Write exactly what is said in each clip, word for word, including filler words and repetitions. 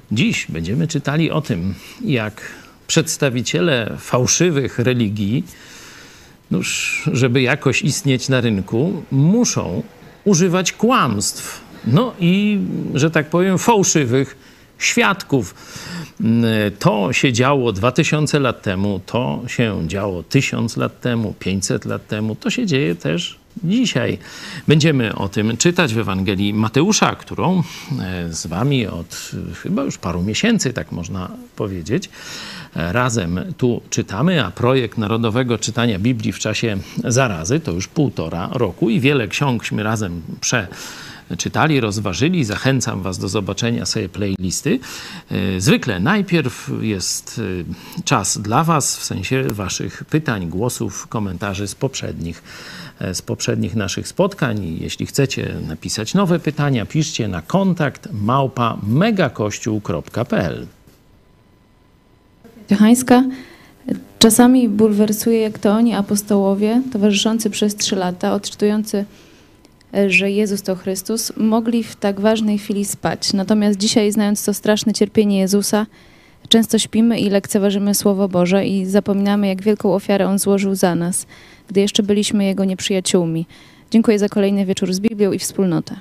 Dziś będziemy czytali o tym, jak przedstawiciele fałszywych religii, noż, żeby jakoś istnieć na rynku, muszą używać kłamstw. No i, że tak powiem, fałszywych świadków. To się działo dwa tysiące lat temu, to się działo tysiąc lat temu, pięćset lat temu, to się dzieje też dzisiaj. Będziemy o tym czytać w Ewangelii Mateusza, którą z wami od chyba już paru miesięcy, tak można powiedzieć, razem tu czytamy, a projekt Narodowego Czytania Biblii w czasie zarazy to już półtora roku i wiele ksiągśmy razem przeczytali, rozważyli. Zachęcam was do zobaczenia sobie playlisty. Zwykle najpierw jest czas dla was, w sensie waszych pytań, głosów, komentarzy z poprzednich z poprzednich naszych spotkań. I jeśli chcecie napisać nowe pytania, piszcie na kontakt małpa megakościół kropka p l. Czechańska czasami bulwersuje, jak to oni, apostołowie, towarzyszący przez trzy lata, odczytujący, że Jezus to Chrystus, mogli w tak ważnej chwili spać. Natomiast dzisiaj, znając to straszne cierpienie Jezusa, często śpimy i lekceważymy Słowo Boże i zapominamy, jak wielką ofiarę On złożył za nas, gdy jeszcze byliśmy Jego nieprzyjaciółmi. Dziękuję za kolejny wieczór z Biblią i wspólnotę.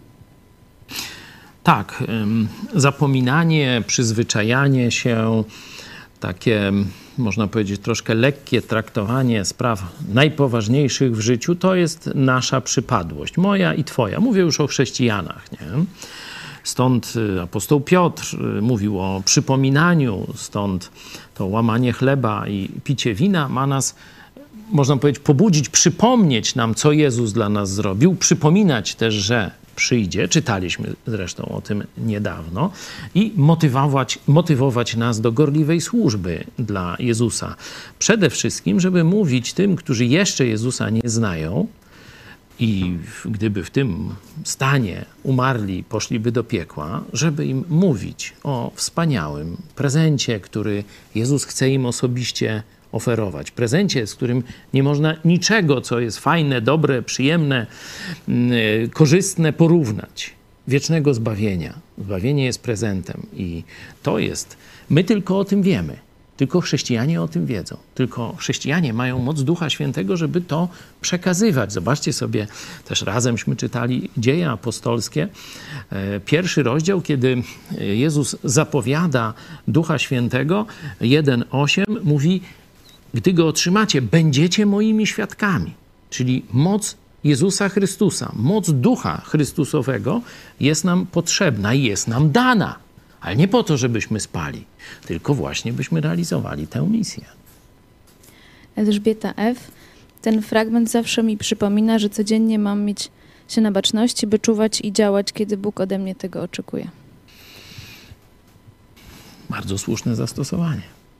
Tak, zapominanie, przyzwyczajanie się, takie, można powiedzieć, troszkę lekkie traktowanie spraw najpoważniejszych w życiu, to jest nasza przypadłość, moja i twoja. Mówię już o chrześcijanach, nie? Stąd apostoł Piotr mówił o przypominaniu, stąd to łamanie chleba i picie wina ma nas, można powiedzieć, pobudzić, przypomnieć nam, co Jezus dla nas zrobił, przypominać też, że przyjdzie, czytaliśmy zresztą o tym niedawno, i motywować, motywować nas do gorliwej służby dla Jezusa. Przede wszystkim, żeby mówić tym, którzy jeszcze Jezusa nie znają i gdyby w tym stanie umarli, poszliby do piekła, żeby im mówić o wspaniałym prezencie, który Jezus chce im osobiście oferować. Prezencie, z którym nie można niczego, co jest fajne, dobre, przyjemne, yy, korzystne, porównać. Wiecznego zbawienia. Zbawienie jest prezentem i to jest, my tylko o tym wiemy. Tylko chrześcijanie o tym wiedzą. Tylko chrześcijanie mają moc Ducha Świętego, żeby to przekazywać. Zobaczcie sobie, też razemśmy czytali Dzieje Apostolskie. Pierwszy rozdział, kiedy Jezus zapowiada Ducha Świętego, jeden osiem mówi: gdy go otrzymacie, będziecie moimi świadkami. Czyli moc Jezusa Chrystusa, moc Ducha Chrystusowego jest nam potrzebna i jest nam dana. Ale nie po to, żebyśmy spali, tylko właśnie byśmy realizowali tę misję. Elżbieta F. Ten fragment zawsze mi przypomina, że codziennie mam mieć się na baczności, by czuwać i działać, kiedy Bóg ode mnie tego oczekuje. Bardzo słuszne zastosowanie.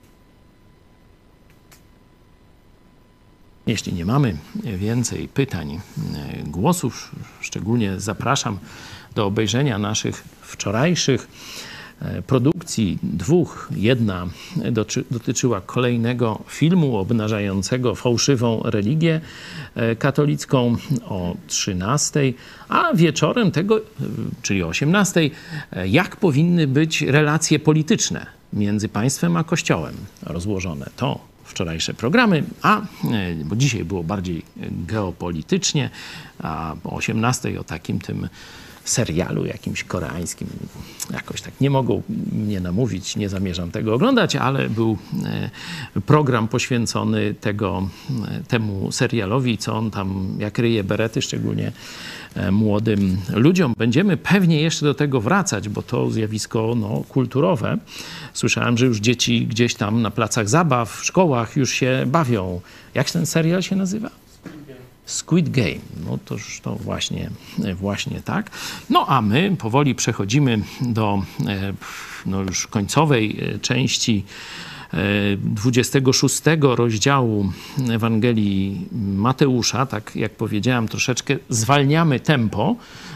Jeśli nie mamy więcej pytań, głosów, szczególnie zapraszam do obejrzenia naszych wczorajszych produkcji dwóch. Jedna dotyczyła kolejnego filmu obnażającego fałszywą religię katolicką o trzynastej, a wieczorem tego, czyli o osiemnastej, jak powinny być relacje polityczne między państwem a Kościołem rozłożone. To wczorajsze programy, a bo dzisiaj było bardziej geopolitycznie, a o osiemnastej o takim tym serialu jakimś koreańskim. Jakoś tak nie mogą mnie namówić, nie zamierzam tego oglądać, ale był program poświęcony tego, temu serialowi, co on tam, jak ryje berety, szczególnie młodym ludziom. Będziemy pewnie jeszcze do tego wracać, bo to zjawisko no, kulturowe. Słyszałem, że już dzieci gdzieś tam na placach zabaw, w szkołach już się bawią. Jak ten serial się nazywa? Squid Game. No toż to właśnie, właśnie tak. No a my powoli przechodzimy do no już końcowej części dwudziestego szóstego rozdziału Ewangelii Mateusza. Tak jak powiedziałem, troszeczkę zwalniamy tempo,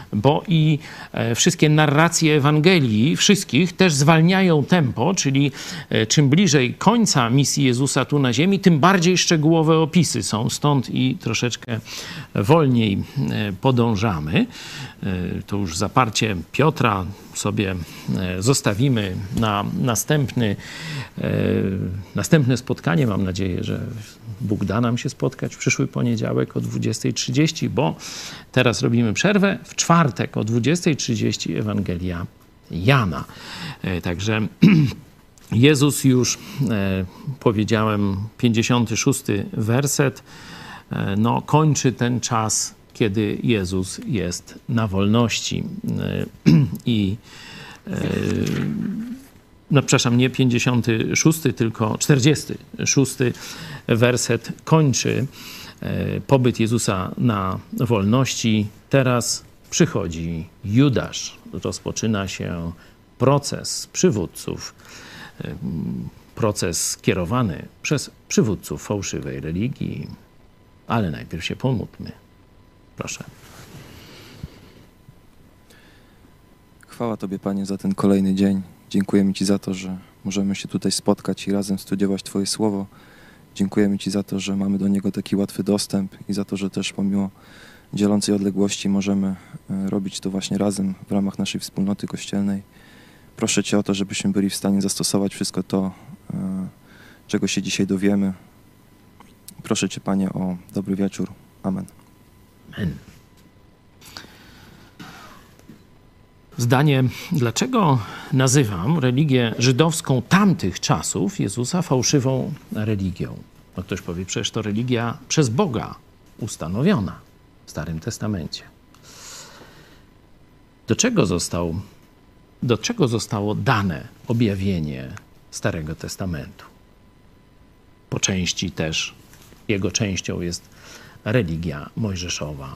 bo i wszystkie narracje Ewangelii, wszystkich też zwalniają tempo, czyli czym bliżej końca misji Jezusa tu na ziemi, tym bardziej szczegółowe opisy są. Stąd i troszeczkę wolniej podążamy. To już zaparcie Piotra sobie zostawimy na następny, następne spotkanie. Mam nadzieję, że Bóg da nam się spotkać w przyszły poniedziałek o dwudziestej trzydzieści, bo teraz robimy przerwę. W czwartek o dwudziestej trzydzieści Ewangelia Jana. Także Jezus już, powiedziałem, pięćdziesiąty szósty werset, no, kończy ten czas, kiedy Jezus jest na wolności. I no przepraszam, nie pięćdziesiąty szósty, tylko czterdziesty szósty werset kończy pobyt Jezusa na wolności. Teraz przychodzi Judasz. Rozpoczyna się proces przywódców, proces skierowany przez przywódców fałszywej religii. Ale najpierw się pomódlmy. Proszę. Chwała Tobie, Panie, za ten kolejny dzień. Dziękujemy Ci za to, że możemy się tutaj spotkać i razem studiować Twoje Słowo. Dziękujemy Ci za to, że mamy do niego taki łatwy dostęp i za to, że też pomimo dzielącej odległości możemy robić to właśnie razem w ramach naszej wspólnoty kościelnej. Proszę Cię o to, żebyśmy byli w stanie zastosować wszystko to, czego się dzisiaj dowiemy. Proszę Cię, Panie, o dobry wieczór. Amen. Amen. Zdanie, dlaczego nazywam religię żydowską tamtych czasów Jezusa fałszywą religią? No ktoś powie, przecież to religia przez Boga ustanowiona w Starym Testamencie. Do czego został, do czego zostało dane objawienie Starego Testamentu? Po części też jego częścią jest religia mojżeszowa.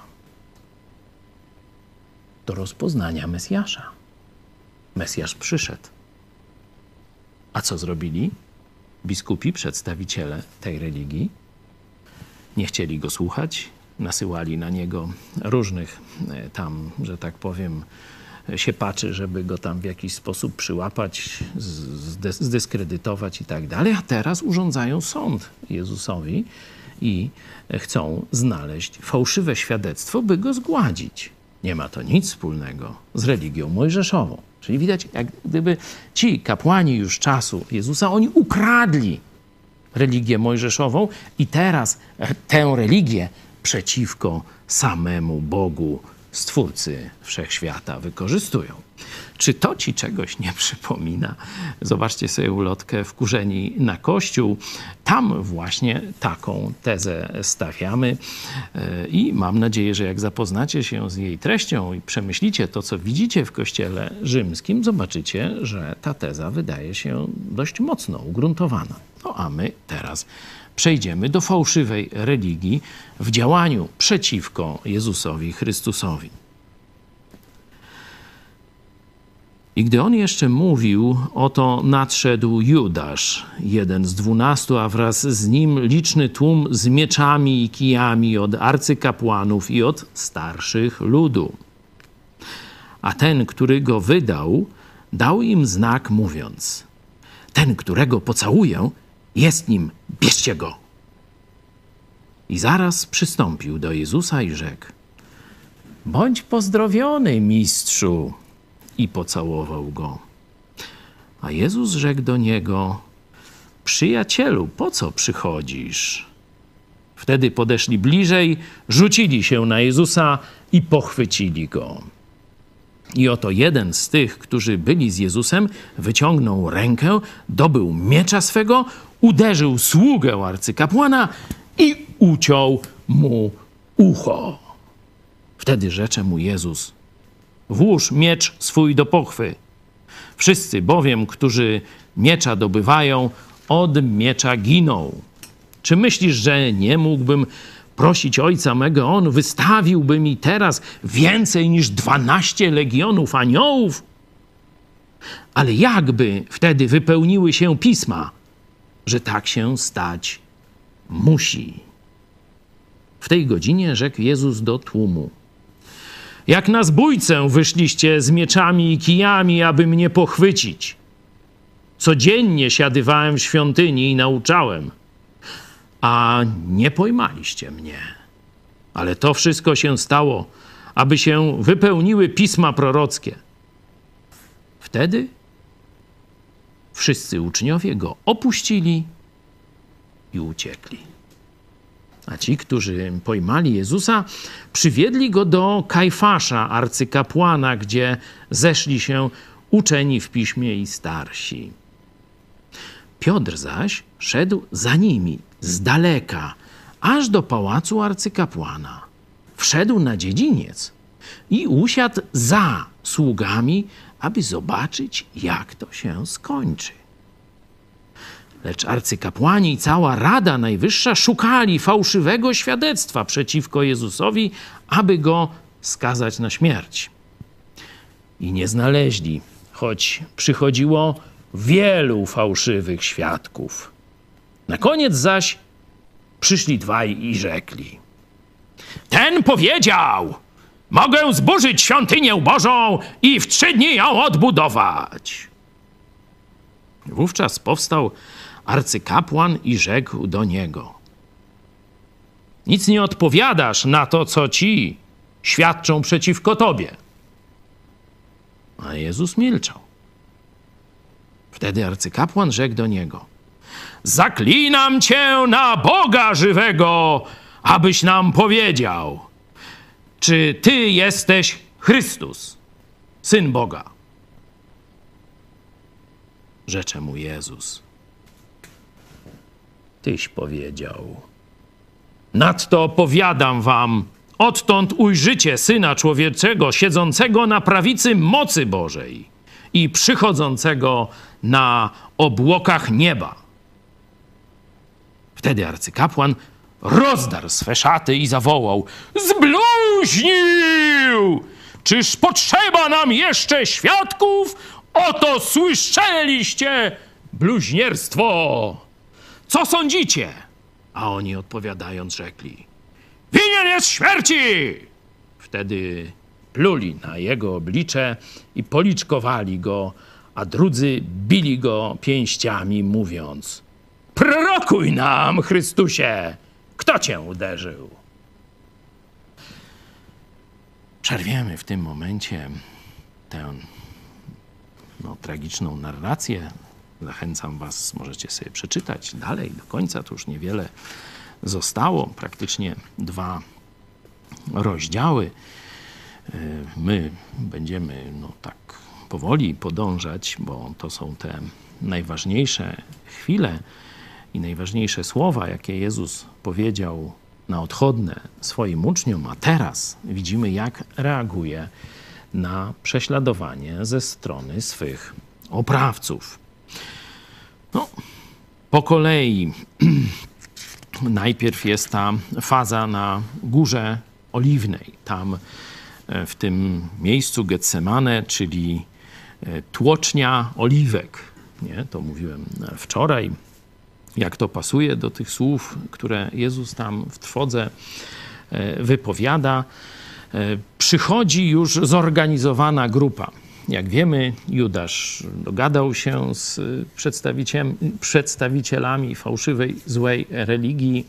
Do rozpoznania Mesjasza. Mesjasz przyszedł. A co zrobili biskupi, przedstawiciele tej religii? Nie chcieli go słuchać, nasyłali na niego różnych tam, że tak powiem, siepaczy, żeby go tam w jakiś sposób przyłapać, zdyskredytować i tak dalej. A teraz urządzają sąd Jezusowi i chcą znaleźć fałszywe świadectwo, by go zgładzić. Nie ma to nic wspólnego z religią mojżeszową. Czyli widać, jak gdyby ci kapłani już czasu Jezusa, oni ukradli religię mojżeszową i teraz tę religię przeciwko samemu Bogu, Stwórcy Wszechświata, wykorzystują. Czy to ci czegoś nie przypomina? Zobaczcie sobie ulotkę Wkurzeni na Kościół. Tam właśnie taką tezę stawiamy i mam nadzieję, że jak zapoznacie się z jej treścią i przemyślicie to, co widzicie w Kościele rzymskim, zobaczycie, że ta teza wydaje się dość mocno ugruntowana. No a my teraz przejdziemy do fałszywej religii w działaniu przeciwko Jezusowi Chrystusowi. I gdy on jeszcze mówił, oto nadszedł Judasz, jeden z dwunastu, a wraz z nim liczny tłum z mieczami i kijami od arcykapłanów i od starszych ludu. A ten, który go wydał, dał im znak, mówiąc: ten, którego pocałuję, jest nim, bierzcie go. I zaraz przystąpił do Jezusa i rzekł: bądź pozdrowiony, mistrzu. I pocałował go. A Jezus rzekł do niego: przyjacielu, po co przychodzisz? Wtedy podeszli bliżej, rzucili się na Jezusa i pochwycili go. I oto jeden z tych, którzy byli z Jezusem, wyciągnął rękę, dobył miecza swego, uderzył sługę arcykapłana i uciął mu ucho. Wtedy rzecze mu Jezus: włóż miecz swój do pochwy. Wszyscy bowiem, którzy miecza dobywają, od miecza giną. Czy myślisz, że nie mógłbym prosić Ojca mego, On wystawiłby mi teraz więcej niż dwanaście legionów aniołów? Ale jakby wtedy wypełniły się pisma, że tak się stać musi. W tej godzinie rzekł Jezus do tłumu: Jak na zbójcę wyszliście z mieczami i kijami, aby mnie pochwycić. Codziennie siadywałem w świątyni i nauczałem, a nie pojmaliście mnie. Ale to wszystko się stało, aby się wypełniły pisma prorockie. Wtedy wszyscy uczniowie go opuścili i uciekli. A ci, którzy pojmali Jezusa, przywiedli go do Kajfasza, arcykapłana, gdzie zeszli się uczeni w piśmie i starsi. Piotr zaś szedł za nimi z daleka, aż do pałacu arcykapłana. Wszedł na dziedziniec i usiadł za sługami, aby zobaczyć, jak to się skończy. Lecz arcykapłani i cała Rada Najwyższa szukali fałszywego świadectwa przeciwko Jezusowi, aby go skazać na śmierć. I nie znaleźli, choć przychodziło wielu fałszywych świadków. Na koniec zaś przyszli dwaj i rzekli: ten powiedział, mogę zburzyć świątynię Bożą i w trzy dni ją odbudować. Wówczas powstał arcykapłan i rzekł do niego: nic nie odpowiadasz na to, co ci świadczą przeciwko tobie. A Jezus milczał. Wtedy arcykapłan rzekł do niego: zaklinam cię na Boga żywego, abyś nam powiedział, czy ty jesteś Chrystus, Syn Boga. Rzecze mu Jezus: tyś powiedział. Nadto powiadam wam, odtąd ujrzycie Syna Człowieczego siedzącego na prawicy mocy Bożej i przychodzącego na obłokach nieba. Wtedy arcykapłan rozdarł swe szaty i zawołał: zbluźnił! Czyż potrzeba nam jeszcze świadków? Oto słyszeliście bluźnierstwo! Co sądzicie? A oni odpowiadając rzekli: winien jest śmierci! Wtedy pluli na jego oblicze i policzkowali go, a drudzy bili go pięściami, mówiąc: prorokuj nam, Chrystusie, kto cię uderzył? Przerwiemy w tym momencie tę no, tragiczną narrację. Zachęcam was, możecie sobie przeczytać dalej, do końca, to już niewiele zostało, praktycznie dwa rozdziały. My będziemy no, tak powoli podążać, bo to są te najważniejsze chwile i najważniejsze słowa, jakie Jezus powiedział na odchodne swoim uczniom, a teraz widzimy, jak reaguje na prześladowanie ze strony swych oprawców. No, po kolei najpierw jest ta faza na Górze Oliwnej, tam w tym miejscu Getsemane, czyli tłocznia oliwek. Nie? To mówiłem wczoraj, jak to pasuje do tych słów, które Jezus tam w trwodze wypowiada. Przychodzi już zorganizowana grupa. Jak wiemy, Judasz dogadał się z przedstawicielami fałszywej, złej religii.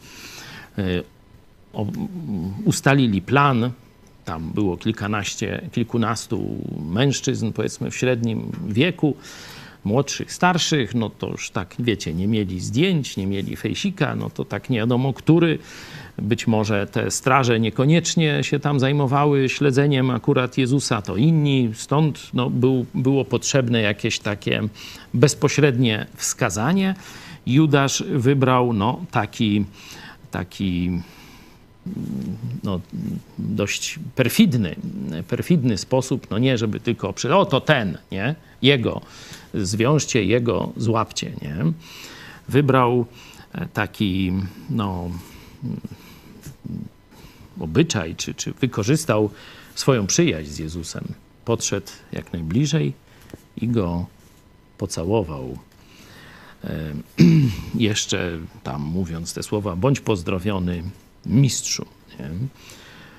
Ustalili plan. Tam było kilkanaście, kilkunastu mężczyzn, powiedzmy w średnim wieku, młodszych, starszych, no to już tak, wiecie, nie mieli zdjęć, nie mieli fejsika, no to tak nie wiadomo, który. Być może te straże niekoniecznie się tam zajmowały śledzeniem akurat Jezusa, to inni. Stąd no, był, było potrzebne jakieś takie bezpośrednie wskazanie. Judasz wybrał no, taki, taki no, dość perfidny, perfidny sposób. No nie, żeby tylko przy... O, to ten, nie? Jego zwiążcie, jego złapcie, nie? Wybrał taki, no... obyczaj, czy, czy wykorzystał swoją przyjaźń z Jezusem. Podszedł jak najbliżej i go pocałował. E, jeszcze tam mówiąc te słowa: bądź pozdrowiony, mistrzu. Nie?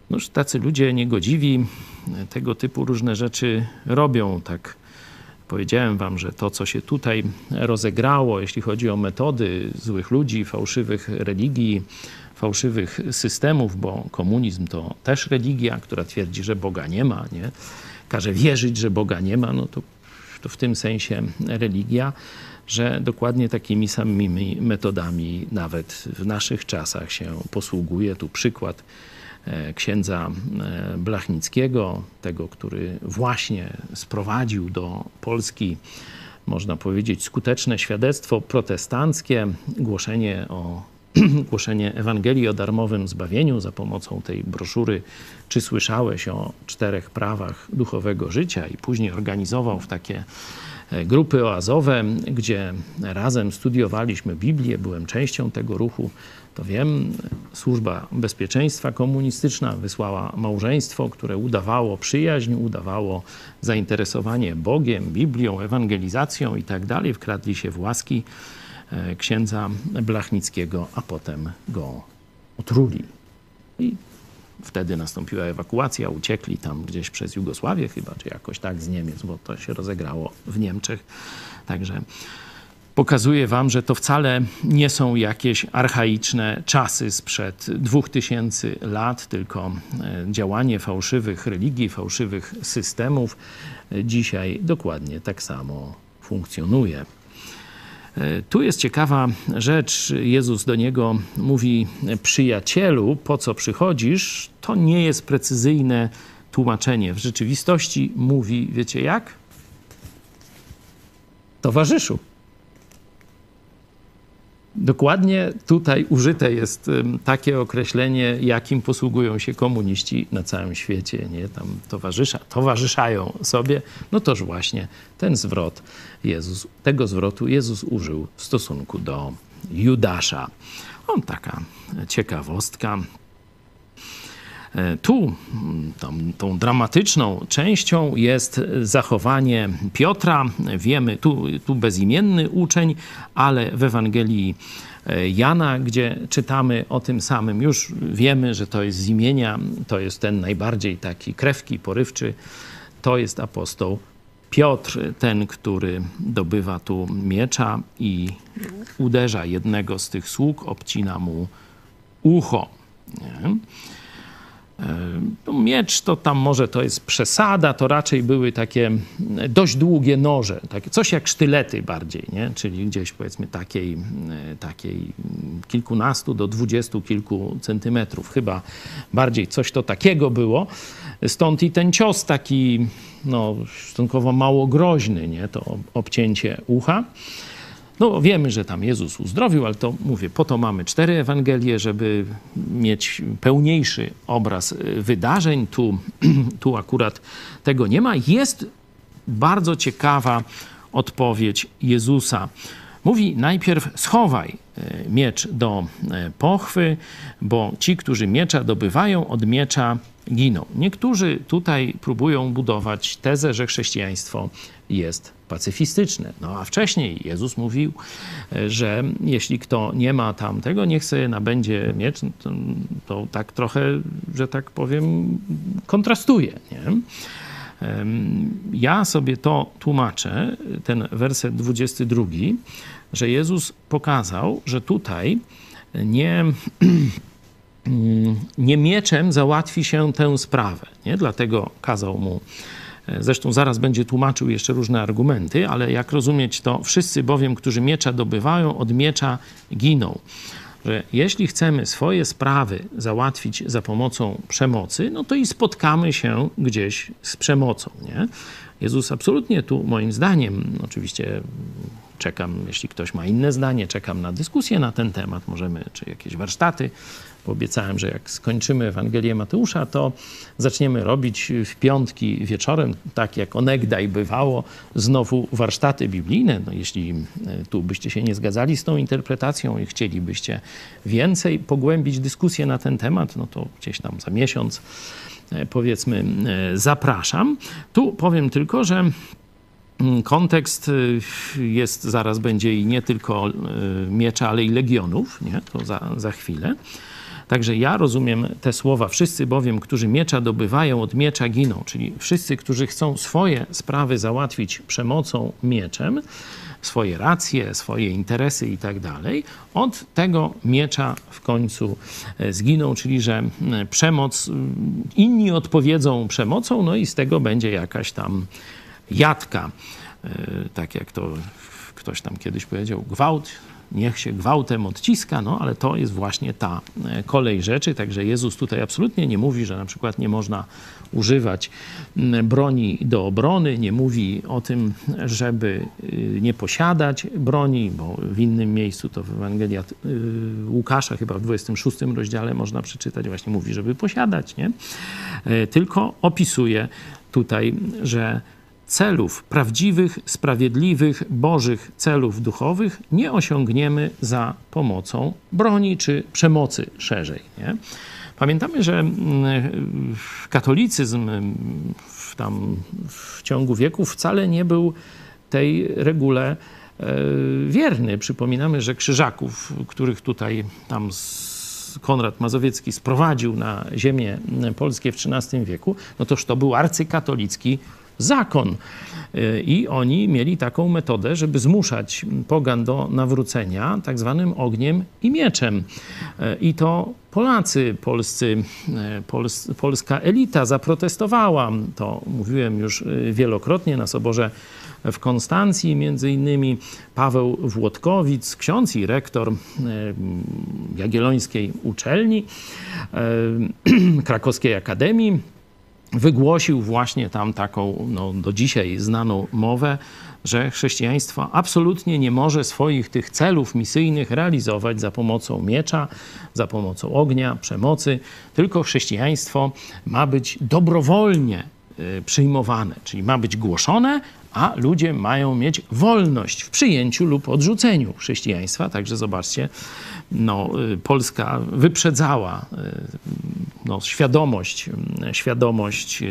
Noż tacy ludzie niegodziwi tego typu różne rzeczy robią. Tak powiedziałem wam, że to, co się tutaj rozegrało, jeśli chodzi o metody złych ludzi, fałszywych religii, fałszywych systemów, bo komunizm to też religia, która twierdzi, że Boga nie ma, nie? Każe wierzyć, że Boga nie ma, no to, to w tym sensie religia, że dokładnie takimi samymi metodami nawet w naszych czasach się posługuje. Tu przykład księdza Blachnickiego, tego, który właśnie sprowadził do Polski, można powiedzieć, skuteczne świadectwo protestanckie, głoszenie o głoszenie Ewangelii o darmowym zbawieniu za pomocą tej broszury Czy słyszałeś o czterech prawach duchowego życia, i później organizował w takie grupy oazowe, gdzie razem studiowaliśmy Biblię, byłem częścią tego ruchu. To wiem, Służba Bezpieczeństwa Komunistyczna wysłała małżeństwo, które udawało przyjaźń, udawało zainteresowanie Bogiem, Biblią, ewangelizacją i tak dalej. Wkradli się w łaski księdza Blachnickiego, a potem go otruli. I wtedy nastąpiła ewakuacja, uciekli tam gdzieś przez Jugosławię chyba, czy jakoś tak z Niemiec, bo to się rozegrało w Niemczech. Także pokazuję wam, że to wcale nie są jakieś archaiczne czasy sprzed dwóch tysięcy lat, tylko działanie fałszywych religii, fałszywych systemów dzisiaj dokładnie tak samo funkcjonuje. Tu jest ciekawa rzecz. Jezus do niego mówi: przyjacielu, po co przychodzisz? To nie jest precyzyjne tłumaczenie. W rzeczywistości mówi, wiecie jak? Towarzyszu. Dokładnie tutaj użyte jest takie określenie, jakim posługują się komuniści na całym świecie, nie? Tam towarzysza, towarzyszają sobie. No toż właśnie ten zwrot Jezus, tego zwrotu Jezus użył w stosunku do Judasza. On taka ciekawostka. Tu tą, tą dramatyczną częścią jest zachowanie Piotra. Wiemy, tu, tu bezimienny uczeń, ale w Ewangelii Jana, gdzie czytamy o tym samym, już wiemy, że to jest z imienia, to jest ten najbardziej taki krewki, porywczy, to jest apostoł Piotr, ten, który dobywa tu miecza i uderza jednego z tych sług, obcina mu ucho. Nie? Miecz to tam może to jest przesada, to raczej były takie dość długie noże, takie, coś jak sztylety bardziej, nie? Czyli gdzieś powiedzmy takiej, takiej kilkunastu do dwudziestu kilku centymetrów, chyba bardziej coś to takiego było. Stąd i ten cios taki no, stosunkowo mało groźny, nie? To obcięcie ucha. No wiemy, że tam Jezus uzdrowił, ale to mówię, po to mamy cztery Ewangelie, żeby mieć pełniejszy obraz wydarzeń. Tu, tu akurat tego nie ma. Jest bardzo ciekawa odpowiedź Jezusa. Mówi najpierw: schowaj miecz do pochwy, bo ci, którzy miecza dobywają, od miecza giną. Niektórzy tutaj próbują budować tezę, że chrześcijaństwo jest pacyfistyczne. No a wcześniej Jezus mówił, że jeśli kto nie ma tamtego, niech sobie nabędzie miecz. To, to tak trochę, że tak powiem, kontrastuje, nie? Ja sobie to tłumaczę, ten werset dwudziesty drugi, że Jezus pokazał, że tutaj nie, nie mieczem załatwi się tę sprawę. Nie? Dlatego kazał mu, zresztą zaraz będzie tłumaczył jeszcze różne argumenty, ale jak rozumieć to, wszyscy bowiem, którzy miecza dobywają, od miecza giną. Że jeśli chcemy swoje sprawy załatwić za pomocą przemocy, no to i spotkamy się gdzieś z przemocą, nie? Jezus absolutnie tu, moim zdaniem, oczywiście czekam, jeśli ktoś ma inne zdanie, czekam na dyskusję na ten temat, możemy, czy jakieś warsztaty. Obiecałem, że jak skończymy Ewangelię Mateusza, to zaczniemy robić w piątki wieczorem, tak jak onegdaj bywało, znowu warsztaty biblijne. No, jeśli tu byście się nie zgadzali z tą interpretacją i chcielibyście więcej pogłębić dyskusję na ten temat, no to gdzieś tam za miesiąc, powiedzmy, zapraszam. Tu powiem tylko, że kontekst jest, zaraz będzie i nie tylko miecza, ale i legionów, nie? To za, za chwilę. Także ja rozumiem te słowa, wszyscy bowiem, którzy miecza dobywają, od miecza giną, czyli wszyscy, którzy chcą swoje sprawy załatwić przemocą, mieczem, swoje racje, swoje interesy i tak dalej, od tego miecza w końcu zginą, czyli że przemoc, inni odpowiedzą przemocą, no i z tego będzie jakaś tam jadka. Tak jak to ktoś tam kiedyś powiedział, gwałt, niech się gwałtem odciska, no ale to jest właśnie ta kolej rzeczy. Także Jezus tutaj absolutnie nie mówi, że na przykład nie można używać broni do obrony, nie mówi o tym, żeby nie posiadać broni, bo w innym miejscu, to w Ewangelii Łukasza, chyba w dwudziestym szóstym rozdziale można przeczytać, właśnie mówi, żeby posiadać, nie? Tylko opisuje tutaj, że celów prawdziwych, sprawiedliwych, bożych celów duchowych nie osiągniemy za pomocą broni czy przemocy szerzej, nie? Pamiętamy, że katolicyzm w, tam, w ciągu wieków wcale nie był tej regule wierny. Przypominamy, że krzyżaków, których tutaj tam Konrad Mazowiecki sprowadził na ziemię polskie w trzynastym wieku, no toż to był arcykatolicki zakon. I oni mieli taką metodę, żeby zmuszać pogan do nawrócenia tak zwanym ogniem i mieczem. I to Polacy, polscy, pols, polska elita zaprotestowała. To mówiłem już wielokrotnie na soborze w Konstancji, między innymi Paweł Włodkowic, ksiądz i rektor Jagiellońskiej Uczelni, Krakowskiej Akademii, wygłosił właśnie tam taką, no, do dzisiaj znaną mowę, że chrześcijaństwo absolutnie nie może swoich tych celów misyjnych realizować za pomocą miecza, za pomocą ognia, przemocy, tylko chrześcijaństwo ma być dobrowolnie przyjmowane, czyli ma być głoszone, a ludzie mają mieć wolność w przyjęciu lub odrzuceniu chrześcijaństwa. Także zobaczcie, no, Polska wyprzedzała no, świadomość, świadomość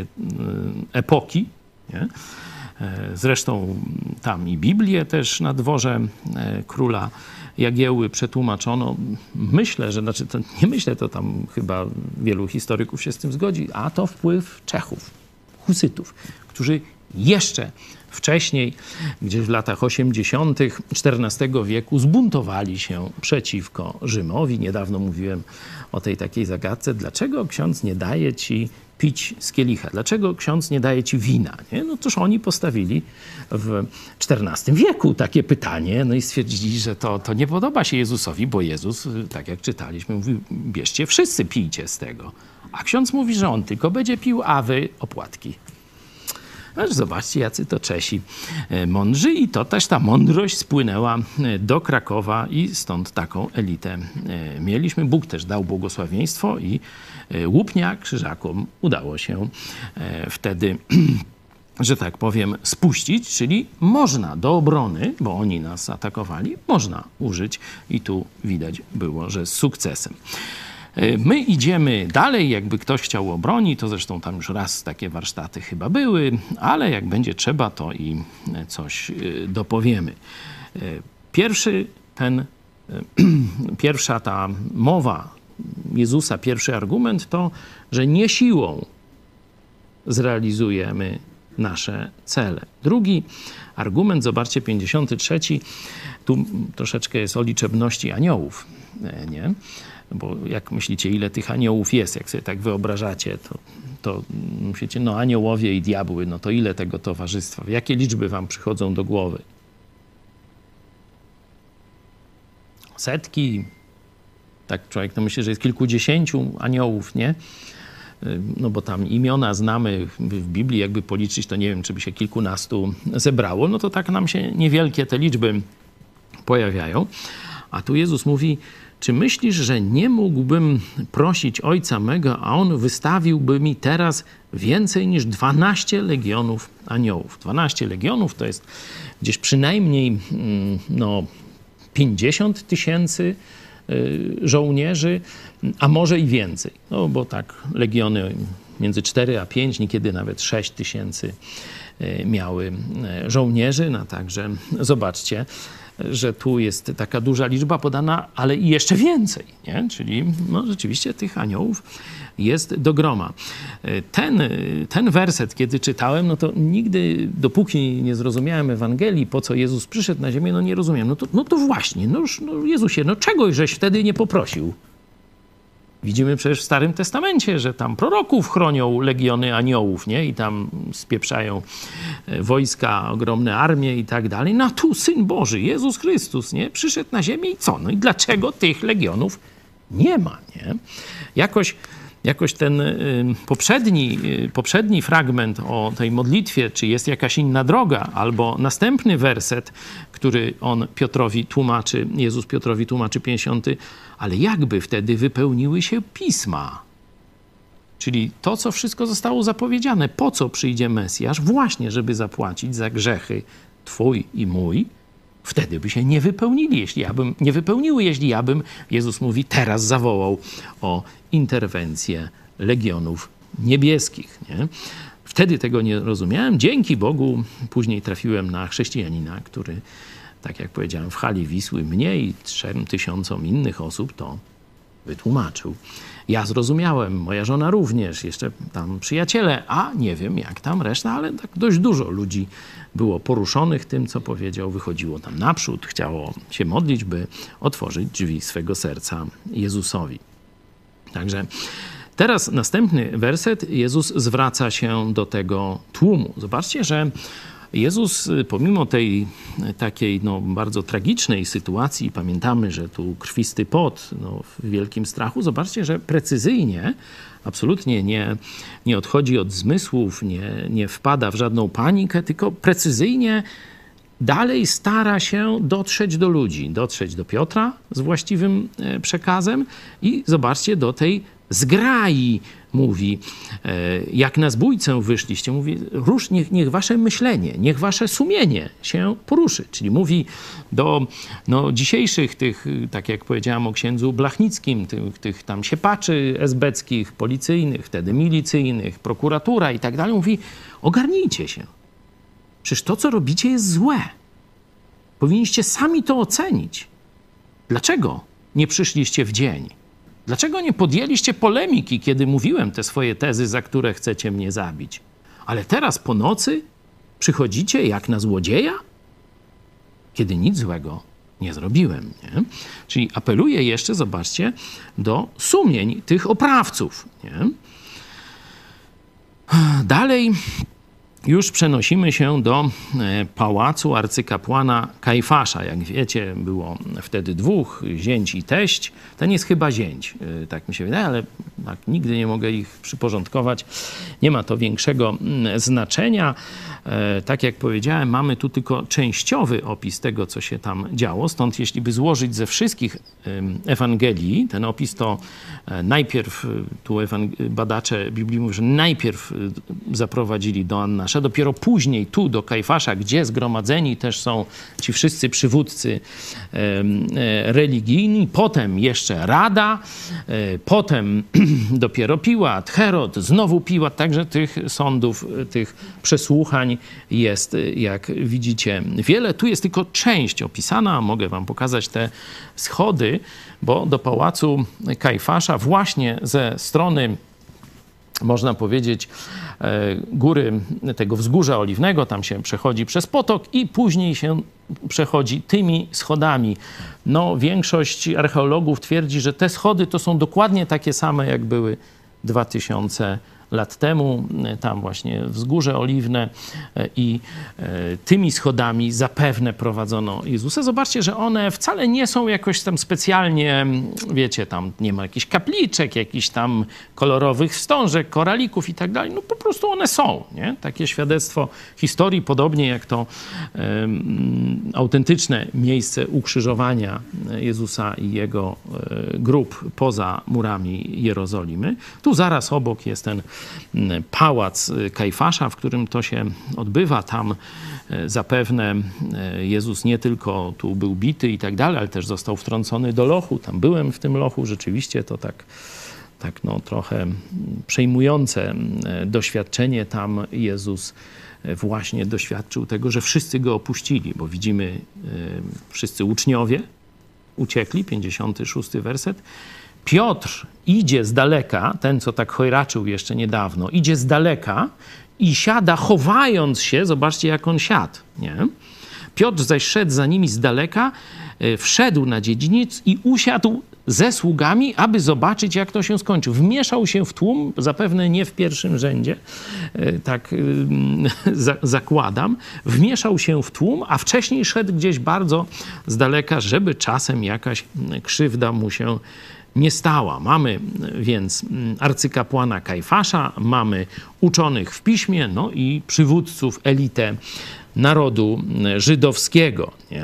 epoki, nie? Zresztą tam i Biblię też na dworze króla Jagiełły przetłumaczono. Myślę, że, znaczy to, nie myślę, to tam chyba wielu historyków się z tym zgodzi, a to wpływ Czechów, husytów, którzy jeszcze wcześniej, gdzieś w latach osiemdziesiątych czternastego wieku zbuntowali się przeciwko Rzymowi. Niedawno mówiłem o tej takiej zagadce, dlaczego ksiądz nie daje ci pić z kielicha? Dlaczego ksiądz nie daje ci wina? Nie? No toż oni postawili w czternastym wieku takie pytanie, no i stwierdzili, że to, to nie podoba się Jezusowi, bo Jezus, tak jak czytaliśmy, mówił, bierzcie wszyscy, pijcie z tego. A ksiądz mówi, że on tylko będzie pił, a wy opłatki. Aż zobaczcie, jacy to Czesi mądrzy i to też ta mądrość spłynęła do Krakowa i stąd taką elitę mieliśmy. Bóg też dał błogosławieństwo i łupnia krzyżakom udało się wtedy, że tak powiem, spuścić, czyli można do obrony, bo oni nas atakowali, można użyć i tu widać było, że z sukcesem. My idziemy dalej, jakby ktoś chciał obroni, to zresztą tam już raz takie warsztaty chyba były, ale jak będzie trzeba, to i coś dopowiemy. Pierwszy ten, pierwsza ta mowa Jezusa, pierwszy argument to, że nie siłą zrealizujemy nasze cele. Drugi argument, zobaczcie, pięćdziesiąty trzeci, tu troszeczkę jest o liczebności aniołów, nie? Bo jak myślicie, ile tych aniołów jest, jak sobie tak wyobrażacie, to, to myślicie, no aniołowie i diabły, no to ile tego towarzystwa? Jakie liczby wam przychodzą do głowy? Setki? Tak człowiek to myśli, że jest kilkudziesięciu aniołów, nie? No bo tam imiona znamy w Biblii, jakby policzyć, to nie wiem, czy by się kilkunastu zebrało. No to tak nam się niewielkie te liczby pojawiają. A tu Jezus mówi, czy myślisz, że nie mógłbym prosić Ojca mego, a On wystawiłby mi teraz więcej niż dwanaście legionów aniołów? dwanaście legionów to jest gdzieś przynajmniej no, pięćdziesiąt tysięcy żołnierzy, a może i więcej. No bo tak legiony między cztery a pięć, niekiedy nawet sześć tysięcy miały żołnierzy. No także zobaczcie, że tu jest taka duża liczba podana, ale i jeszcze więcej, nie? Czyli no, rzeczywiście tych aniołów jest do groma. Ten, ten werset, kiedy czytałem, no to nigdy, dopóki nie zrozumiałem Ewangelii, po co Jezus przyszedł na ziemię, no nie rozumiem. No to, no to właśnie, no, już, no Jezusie, no czegoś żeś wtedy nie poprosił. Widzimy przecież w Starym Testamencie, że tam proroków chronią legiony aniołów, nie? I tam spieprzają wojska, ogromne armie i tak dalej. No a tu Syn Boży, Jezus Chrystus, nie? Przyszedł na ziemię i co? No i dlaczego tych legionów nie ma, nie? Jakoś, jakoś ten y, poprzedni, y, poprzedni fragment o tej modlitwie, czy jest jakaś inna droga, albo następny werset, który on Piotrowi tłumaczy, Jezus Piotrowi tłumaczy pięćdziesiąty, ale jakby wtedy wypełniły się pisma. Czyli to, co wszystko zostało zapowiedziane. Po co przyjdzie Mesjasz? Właśnie, żeby zapłacić za grzechy twój i mój. Wtedy by się nie wypełnili, jeśli ja bym, nie wypełniły, jeśli ja bym, Jezus mówi, teraz zawołał o interwencję legionów niebieskich. Nie? Wtedy tego nie rozumiałem. Dzięki Bogu później trafiłem na chrześcijanina, który, tak jak powiedziałem, w hali Wisły mnie i trzem tysiącom innych osób to wytłumaczył. Ja zrozumiałem, moja żona również, jeszcze tam przyjaciele, a nie wiem jak tam reszta, ale tak dość dużo ludzi było poruszonych tym, co powiedział, wychodziło tam naprzód, chciało się modlić, by otworzyć drzwi swego serca Jezusowi. Także teraz następny werset, Jezus zwraca się do tego tłumu. Zobaczcie, że Jezus pomimo tej takiej no, bardzo tragicznej sytuacji, pamiętamy, że tu krwisty pot no, w wielkim strachu, zobaczcie, że precyzyjnie, absolutnie nie, nie odchodzi od zmysłów, nie, nie wpada w żadną panikę, tylko precyzyjnie dalej stara się dotrzeć do ludzi, dotrzeć do Piotra z właściwym przekazem i zobaczcie, do tej zgrai mówi, jak na zbójcę wyszliście, mówi, rusz, niech, niech wasze myślenie, niech wasze sumienie się poruszy. Czyli mówi do no, dzisiejszych tych, tak jak powiedziałam o księdzu Blachnickim, tych, tych tam siepaczy esbeckich, policyjnych, wtedy milicyjnych, prokuratura i tak dalej, mówi, ogarnijcie się. Przecież to, co robicie, jest złe. Powinniście sami to ocenić. Dlaczego nie przyszliście w dzień? Dlaczego nie podjęliście polemiki, kiedy mówiłem te swoje tezy, za które chcecie mnie zabić? Ale teraz po nocy przychodzicie jak na złodzieja? Kiedy nic złego nie zrobiłem. Nie? Czyli apeluję jeszcze, zobaczcie, do sumień tych oprawców. Nie? Dalej już przenosimy się do pałacu arcykapłana Kajfasza. Jak wiecie, było wtedy dwóch, zięć i teść. Ten jest chyba zięć, tak mi się wydaje, ale tak, nigdy nie mogę ich przyporządkować. Nie ma to większego znaczenia. Tak jak powiedziałem, mamy tu tylko częściowy opis tego, co się tam działo. Stąd jeśli by złożyć ze wszystkich Ewangelii, ten opis to najpierw, tu badacze Biblii mówią, że najpierw zaprowadzili do Annasza, dopiero później tu do Kajfasza, gdzie zgromadzeni też są ci wszyscy przywódcy religijni, potem jeszcze Rada, potem dopiero Piłat, Herod, znowu Piłat, także tych sądów, tych przesłuchań jest, jak widzicie, wiele. Tu jest tylko część opisana. Mogę wam pokazać te schody, bo do pałacu Kajfasza właśnie ze strony, można powiedzieć, góry tego wzgórza oliwnego, tam się przechodzi przez potok i później się przechodzi tymi schodami. No, większość archeologów twierdzi, że te schody to są dokładnie takie same, jak były dwa tysiące lat temu, tam właśnie wzgórze oliwne i tymi schodami zapewne prowadzono Jezusa. Zobaczcie, że one wcale nie są jakoś tam specjalnie, wiecie, tam nie ma jakichś kapliczek, jakichś tam kolorowych wstążek, koralików i tak dalej. No po prostu one są, nie? Takie świadectwo historii, podobnie jak to um, autentyczne miejsce ukrzyżowania Jezusa i jego um, grób poza murami Jerozolimy. Tu zaraz obok jest ten pałac Kajfasza, w którym to się odbywa. Tam zapewne Jezus nie tylko tu był bity i tak dalej, ale też został wtrącony do lochu. Tam byłem w tym lochu, rzeczywiście to tak tak no trochę przejmujące doświadczenie. Tam Jezus właśnie doświadczył tego, że wszyscy go opuścili, bo widzimy, wszyscy uczniowie uciekli, pięćdziesiąty szósty werset. Piotr idzie z daleka, ten co tak chojraczył jeszcze niedawno, idzie z daleka i siada chowając się, zobaczcie jak on siadł, nie? Piotr zaś szedł za nimi z daleka, wszedł na dziedziniec i usiadł ze sługami, aby zobaczyć, jak to się skończy. Wmieszał się w tłum, zapewne nie w pierwszym rzędzie, tak zakładam. Wmieszał się w tłum, a wcześniej szedł gdzieś bardzo z daleka, żeby czasem jakaś krzywda mu się nie stała. Mamy więc arcykapłana Kajfasza, mamy uczonych w piśmie, no i przywódców, elitę narodu żydowskiego, nie?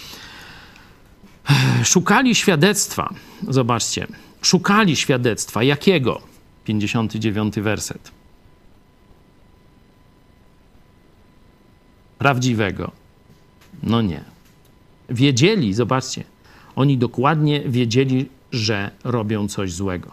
Szukali świadectwa, zobaczcie, szukali świadectwa. Jakiego? pięćdziesiąty dziewiąty werset. Prawdziwego. No nie. Wiedzieli, zobaczcie, oni dokładnie wiedzieli, że robią coś złego.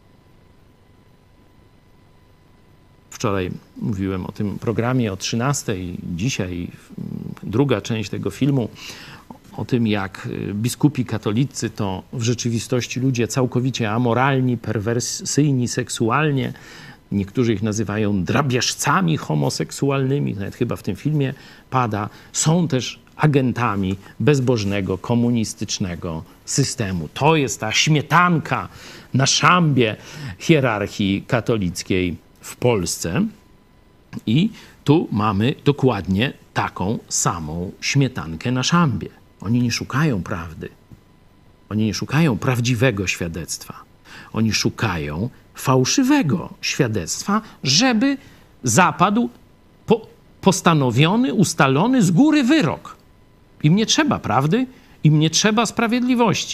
Wczoraj mówiłem o tym programie o trzynastej, dzisiaj druga część tego filmu, o tym, jak biskupi katolicy to w rzeczywistości ludzie całkowicie amoralni, perwersyjni seksualnie. Niektórzy ich nazywają drapieżcami homoseksualnymi, nawet chyba w tym filmie pada. Są też agentami bezbożnego, komunistycznego systemu. To jest ta śmietanka na szambie hierarchii katolickiej w Polsce. I tu mamy dokładnie taką samą śmietankę na szambie. Oni nie szukają prawdy. Oni nie szukają prawdziwego świadectwa. Oni szukają fałszywego świadectwa, żeby zapadł po, postanowiony, ustalony z góry wyrok. Im nie trzeba prawdy, im nie trzeba sprawiedliwości.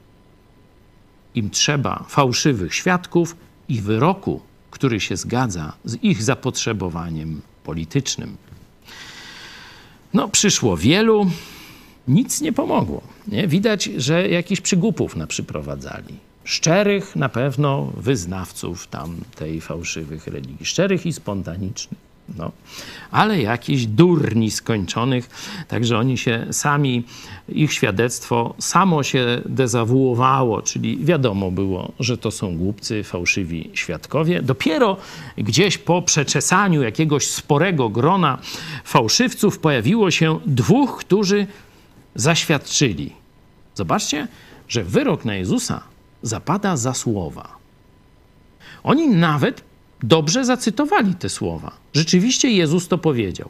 Im trzeba fałszywych świadków i wyroku, który się zgadza z ich zapotrzebowaniem politycznym. No, przyszło wielu, nic nie pomogło. Nie? Widać, że jakichś przygłupów naprzyprowadzali. Szczerych na pewno wyznawców tam tej fałszywych religii. Szczerych i spontanicznych. No. Ale jakichś durni skończonych, także oni się sami, ich świadectwo samo się dezawuowało, czyli wiadomo było, że to są głupcy, fałszywi świadkowie. Dopiero gdzieś po przeczesaniu jakiegoś sporego grona fałszywców pojawiło się dwóch, którzy zaświadczyli. Zobaczcie, że wyrok na Jezusa zapada za słowa. Oni nawet dobrze zacytowali te słowa. Rzeczywiście Jezus to powiedział.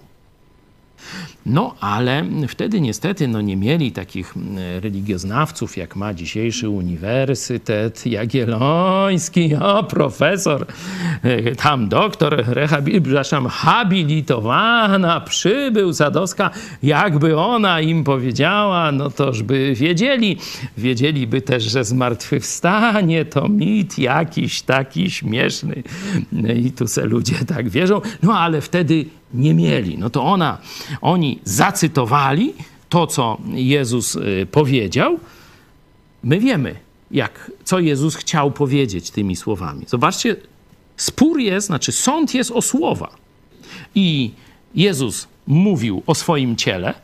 No, ale wtedy niestety no, nie mieli takich religioznawców, jak ma dzisiejszy Uniwersytet Jagielloński, o profesor, tam doktor, rehabil, przepraszam, habilitowana, przybył Sadowska, jakby ona im powiedziała, no toż by wiedzieli, wiedzieliby też, że zmartwychwstanie to mit jakiś taki śmieszny i tu se ludzie tak wierzą, no ale wtedy nie mieli. No to ona, oni zacytowali to, co Jezus y, powiedział. My wiemy, jak, co Jezus chciał powiedzieć tymi słowami. Zobaczcie, spór jest, znaczy sąd jest o słowa. I Jezus mówił o swoim ciele,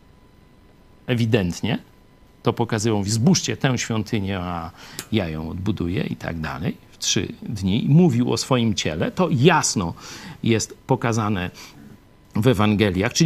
ewidentnie. To pokazywał, zbóżcie tę świątynię, a ja ją odbuduję i tak dalej. W trzy dni mówił o swoim ciele. To jasno jest pokazane w Ewangeliach. Czyli